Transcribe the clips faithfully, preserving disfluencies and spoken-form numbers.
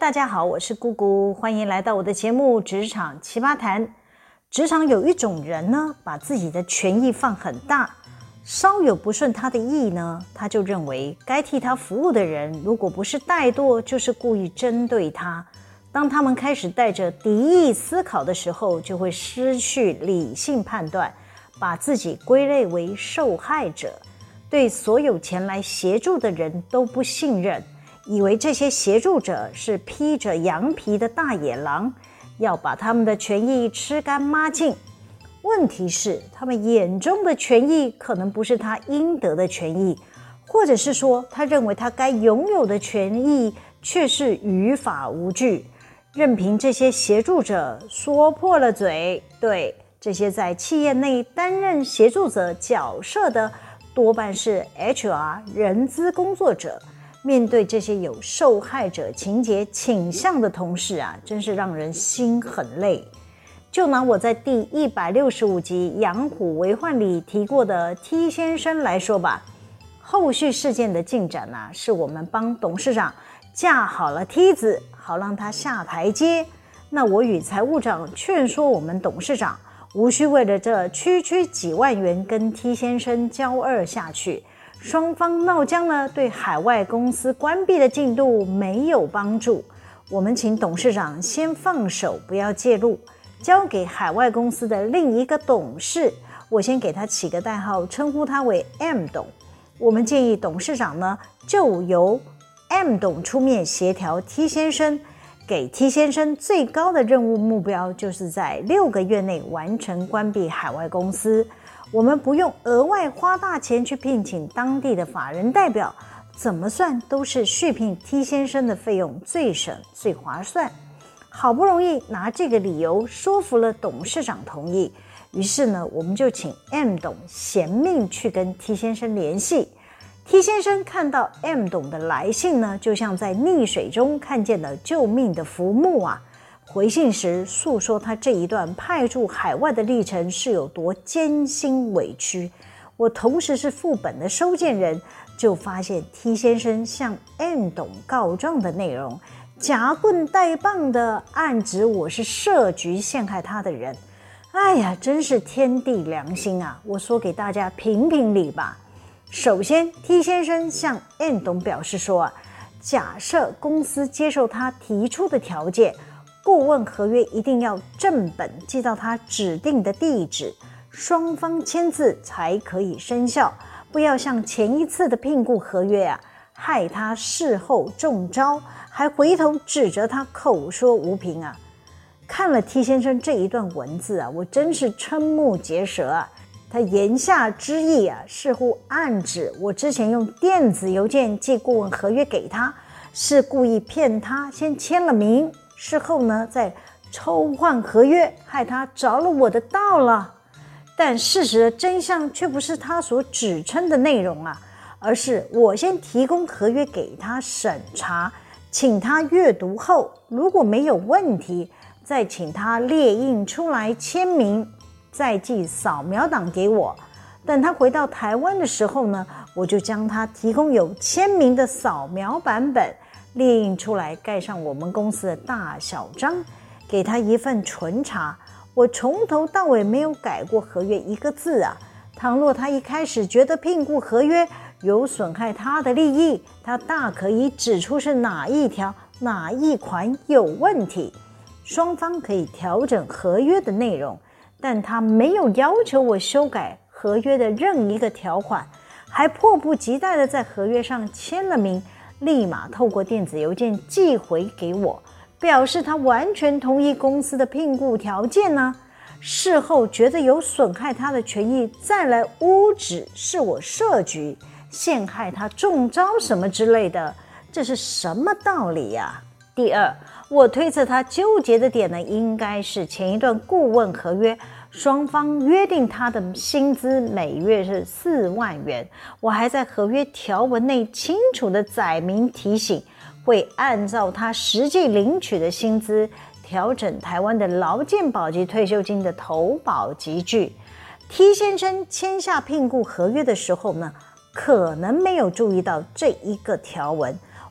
大家好，我是姑姑，欢迎来到我的节目《职场奇葩谈》。职场有一种人呢，把自己的权益放很大，稍有不顺他的意呢，他就认为该替他服务的人，如果不是怠惰，就是故意针对他。当他们开始带着敌意思考的时候，就会失去理性判断，把自己归类为受害者，对所有前来协助的人都不信任，以为这些协助者是披着羊皮的大野狼，要把他们的权益吃干抹净。问题是，他们眼中的权益可能不是他应得的权益，或者是说，他认为他该拥有的权益却是于法无据，任凭这些协助者说破了嘴。对，这些在企业内担任协助者角色的，多半是 H R 人资工作者。面对这些有受害者情节倾向的同事啊，真是让人心很累。就拿我在第一百六十五集养虎为患里提过的 T 先生来说吧，后续事件的进展啊，是我们帮董事长架好了梯子，好让他下台阶。那我与财务长劝说我们董事长，无需为了这区区几万元跟 T 先生交恶下去。双方闹僵呢，对海外公司关闭的进度没有帮助。我们请董事长先放手，不要介入，交给海外公司的另一个董事。我先给他起个代号，称呼他为 M 董。我们建议董事长呢，就由 M 董出面协调 T 先生，给 T 先生最高的任务目标，就是在六个月内完成关闭海外公司。我们不用额外花大钱去聘请当地的法人代表，怎么算都是续聘 T 先生的费用最省最划算。好不容易拿这个理由说服了董事长同意，于是呢，我们就请 M 董衔命去跟 T 先生联系。T 先生看到 M 董的来信呢，就像在溺水中看见了救命的浮木啊。回信时诉说他这一段派驻海外的历程是有多艰辛委屈。我同时是副本的收件人，就发现 T 先生向 M 董告状的内容，夹棍带棒的暗指我是设局陷害他的人。哎呀，真是天地良心啊！我说给大家评评理吧。首先 T 先生向 M 董表示说啊，假设公司接受他提出的条件，顾问合约一定要正本寄到他指定的地址，双方签字才可以生效，不要像前一次的聘雇合约啊，害他事后中招，还回头指责他口说无凭啊。看了 T 先生这一段文字啊，我真是瞠目结舌啊。他言下之意啊，似乎暗指我之前用电子邮件寄顾问合约给他，是故意骗他先签了名，事后呢再抽换合约，害他着了我的道了。但事实的真相却不是他所指称的内容啊，而是我先提供合约给他审查，请他阅读后，如果没有问题，再请他列印出来签名，再寄扫描档给我。等他回到台湾的时候呢，我就将他提供有签名的扫描版本列印出来，盖上我们公司的大小章，给他一份纯查。我从头到尾没有改过合约一个字啊。倘若他一开始觉得聘雇合约有损害他的利益，他大可以指出是哪一条哪一款有问题，双方可以调整合约的内容。但他没有要求我修改合约的任一个条款，还迫不及待地在合约上签了名，立马透过电子邮件寄回给我，表示他完全同意公司的聘雇条件呢。事后觉得有损害他的权益，再来诬指是我设局陷害他中招什么之类的，这是什么道理呀？第二，我推测他纠结的点呢，应该是前一段顾问合约双方约定他的薪资每月是四万元，我还在合约条文内清楚地载明提醒，会按照他实际领取的薪资调整台湾的劳健保及退休金的投保级距。 T 先生签下聘雇合约的时候呢，可能没有注意到这一个条文，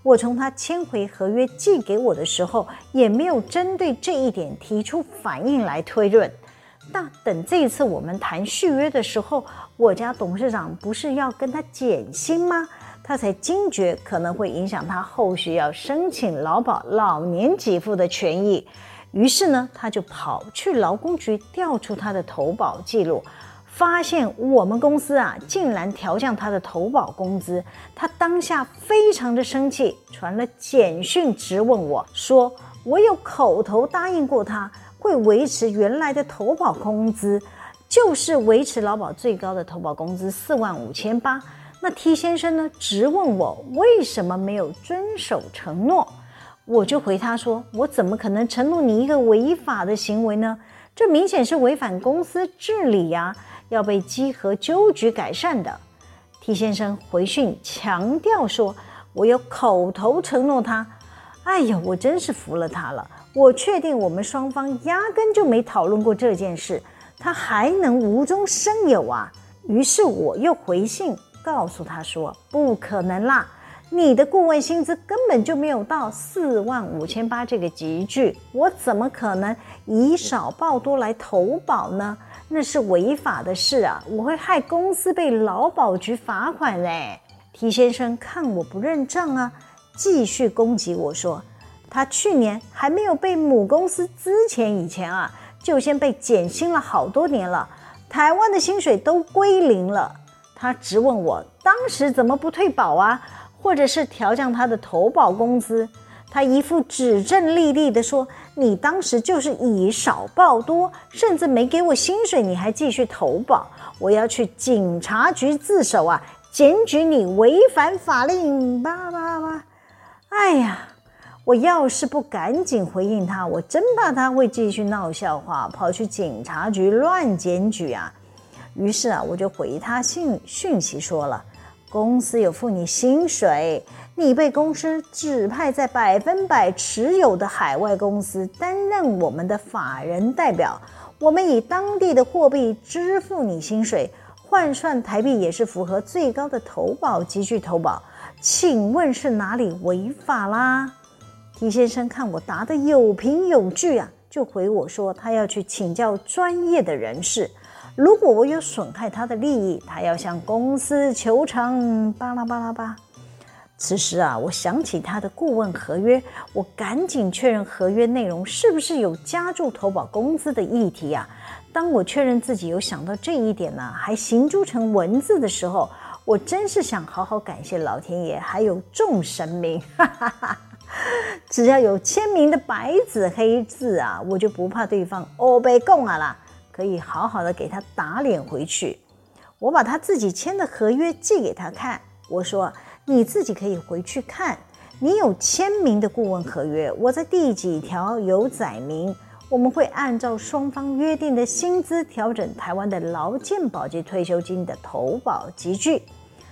我从他签回合约寄给我的时候，也没有针对这一点提出反应来推论。那等这一次我们谈续约的时候，我家董事长不是要跟他减薪吗？他才惊觉可能会影响他后续要申请劳保老年给付的权益。于是呢，他就跑去劳工局调出他的投保记录，发现我们公司啊竟然调降他的投保工资。他当下非常的生气，传了简讯质问我说，我有口头答应过他会维持原来的投保工资，就是维持劳保最高的投保工资四万五千八。那 T 先生呢质问我为什么没有遵守承诺。我就回他说，我怎么可能承诺你一个违法的行为呢？这明显是违反公司治理呀，要被稽核纠举改善的。 T 先生回讯强调说，我有口头承诺他。哎呦，我真是服了他了，我确定我们双方压根就没讨论过这件事，他还能无中生有啊？于是我又回信告诉他说，不可能啦，你的顾问薪资根本就没有到四万五千八这个级距，我怎么可能以少报多来投保呢？那是违法的事啊，我会害公司被劳保局罚款嘞。 T 先生看我不认账啊，继续攻击我说，他去年还没有被母公司资遣以前啊，就先被减薪了好多年了，台湾的薪水都归零了。他质问我当时怎么不退保啊，或者是调降他的投保工资。他一副指证立例的说，你当时就是以少报多，甚至没给我薪水，你还继续投保，我要去警察局自首啊，检举你违反法令吧吧吧。哎呀，我要是不赶紧回应他，我真怕他会继续闹笑话，跑去警察局乱检举啊。于是啊，我就回他信讯息说了，公司有付你薪水，你被公司指派在百分百持有的海外公司担任我们的法人代表，我们以当地的货币支付你薪水，换算台币也是符合最高的投保级距投保，请问是哪里违法啦？ T 先生看我答得有凭有据啊，就回我说他要去请教专业的人士，如果我有损害他的利益，他要向公司求偿巴拉巴拉巴。此时啊，我想起他的顾问合约，我赶紧确认合约内容是不是有加注投保工资的议题啊。当我确认自己有想到这一点呢、啊，还形诸成文字的时候，我真是想好好感谢老天爷还有众神明，哈哈哈。只要有签名的白纸黑字啊，我就不怕对方欧北共啊啦，可以好好的给他打脸回去。我把他自己签的合约寄给他看，我说你自己可以回去看，你有签名的顾问合约，我在第几条有载明，我们会按照双方约定的薪资调整台湾的劳健保及退休金的投保级距。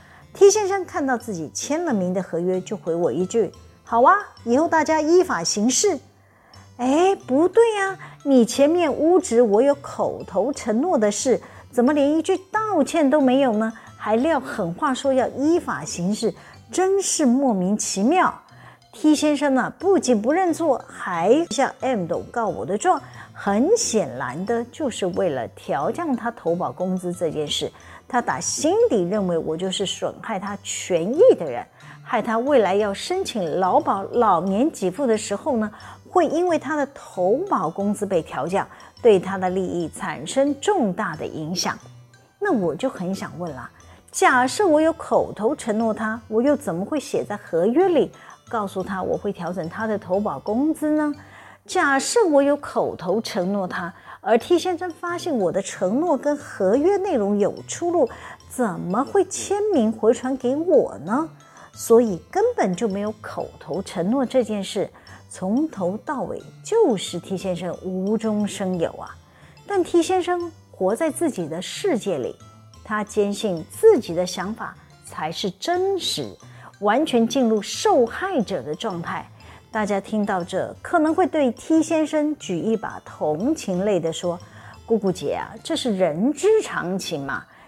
T 先生看到自己签了名的合约，就回我一句，好啊，以后大家依法行事。哎，不对啊，你前面污指我有口头承诺的事，怎么连一句道歉都没有呢？还撂狠话说要依法行事，真是莫名其妙。 T 先生呢、啊，不仅不认错，还向 M 董告我的状，很显然的就是为了调降他投保工资这件事，他打心底认为我就是损害他权益的人，害他未来要申请劳保老年给付的时候呢，会因为他的投保工资被调降，对他的利益产生重大的影响。那我就很想问啦，假设我有口头承诺他，我又怎么会写在合约里告诉他我会调整他的投保工资呢？假设我有口头承诺他，而 T 先生发现我的承诺跟合约内容有出入，怎么会签名回传给我呢？所以根本就没有口头承诺这件事，从头到尾就是 T 先生无中生有啊。但 T 先生活在自己的世界里，他坚信自己的想法才是真实，完全进入受害者的状态。大家听到这可能会对 T 先生举一把同情泪的说，姑姑姐啊，这是人之常情嘛，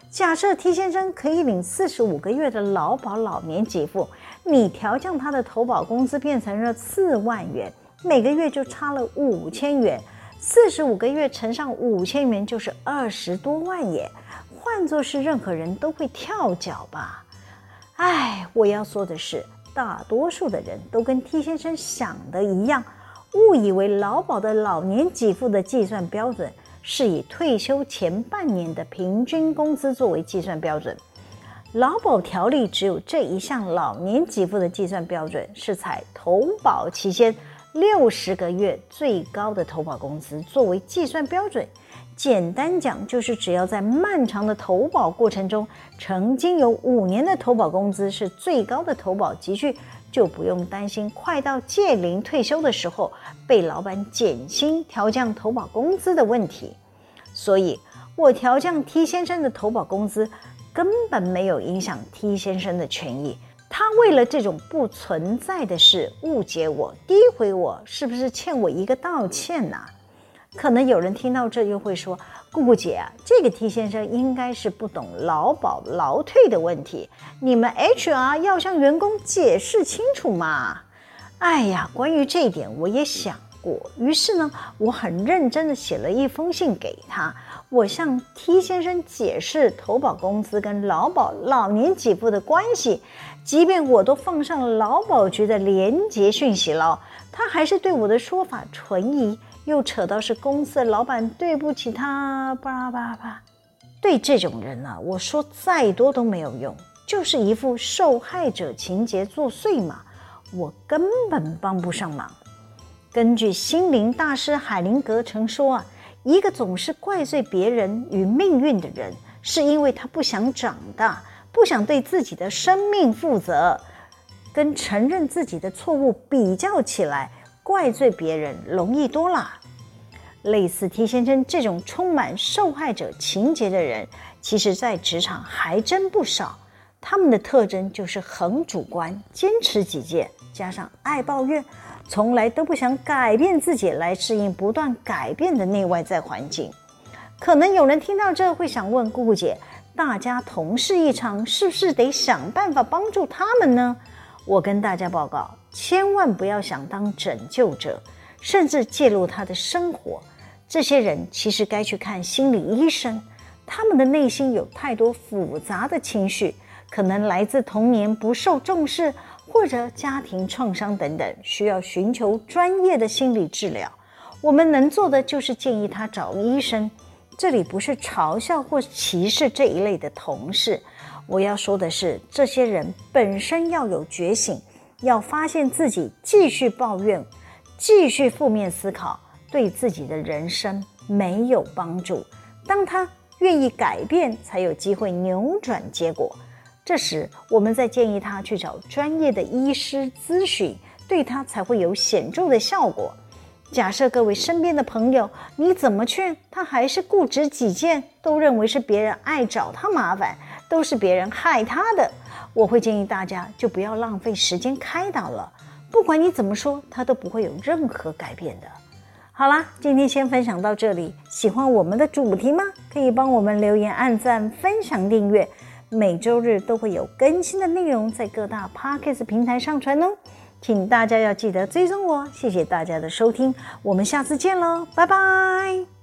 假设 T 先生可以领四十五个月的劳保老年给付，你调降他的投保工资变成了四万元，每个月就差了五千元，四十五个月乘上五千元就是二十多万耶。换作是任何人都会跳脚吧。哎，我要说的是，大多数的人都跟 T 先生想的一样，误以为劳保的老年给付的计算标准是以退休前半年的平均工资作为计算标准。劳保条例只有这一项老年给付的计算标准是采投保期间六十个月最高的投保工资作为计算标准。简单讲，就是只要在漫长的投保过程中，曾经有五年的投保工资是最高的投保集聚，就不用担心快到届龄退休的时候被老板减薪调降投保工资的问题。所以我调降 T 先生的投保工资根本没有影响 T 先生的权益。他为了这种不存在的事误解我、诋毁我，是不是欠我一个道歉啊？可能有人听到这又会说，姑姑姐啊，这个 T 先生应该是不懂劳保劳退的问题，你们 H R 要向员工解释清楚嘛。哎呀，关于这一点我也想过，于是呢，我很认真的写了一封信给他，我向 T 先生解释投保工资跟劳保老年给付的关系，即便我都放上了劳保局的连结讯息了，他还是对我的说法存疑，又扯到是公司的老板对不起他，巴拉巴拉巴拉。对这种人啊，我说再多都没有用，就是一副受害者情节作祟嘛，我根本帮不上忙。根据心灵大师海灵格曾说啊，一个总是怪罪别人与命运的人，是因为他不想长大，不想对自己的生命负责。跟承认自己的错误比较起来，怪罪别人容易多啦。类似 T 先生这种充满受害者情节的人，其实在职场还真不少。他们的特征就是很主观，坚持己见，加上爱抱怨，从来都不想改变自己来适应不断改变的内外在环境。可能有人听到这会想问，姑姑姐，大家同事一场，是不是得想办法帮助他们呢？我跟大家报告，千万不要想当拯救者，甚至介入他的生活。这些人其实该去看心理医生，他们的内心有太多复杂的情绪，可能来自童年不受重视，或者家庭创伤等等，需要寻求专业的心理治疗。我们能做的就是建议他找医生。这里不是嘲笑或歧视这一类的同事，我要说的是，这些人本身要有觉醒，要发现自己继续抱怨，继续负面思考，对自己的人生没有帮助。当他愿意改变，才有机会扭转结果。这时我们再建议他去找专业的医师咨询，对他才会有显著的效果。假设各位身边的朋友，你怎么劝他还是固执己见，都认为是别人爱找他麻烦，都是别人害他的，我会建议大家就不要浪费时间开导了。不管你怎么说，他都不会有任何改变的。好啦，今天先分享到这里。喜欢我们的主题吗？可以帮我们留言、按赞、分享、订阅。每周日都会有更新的内容在各大 Podcast 平台上传哦。请大家要记得追踪我，谢谢大家的收听，我们下次见喽，拜拜。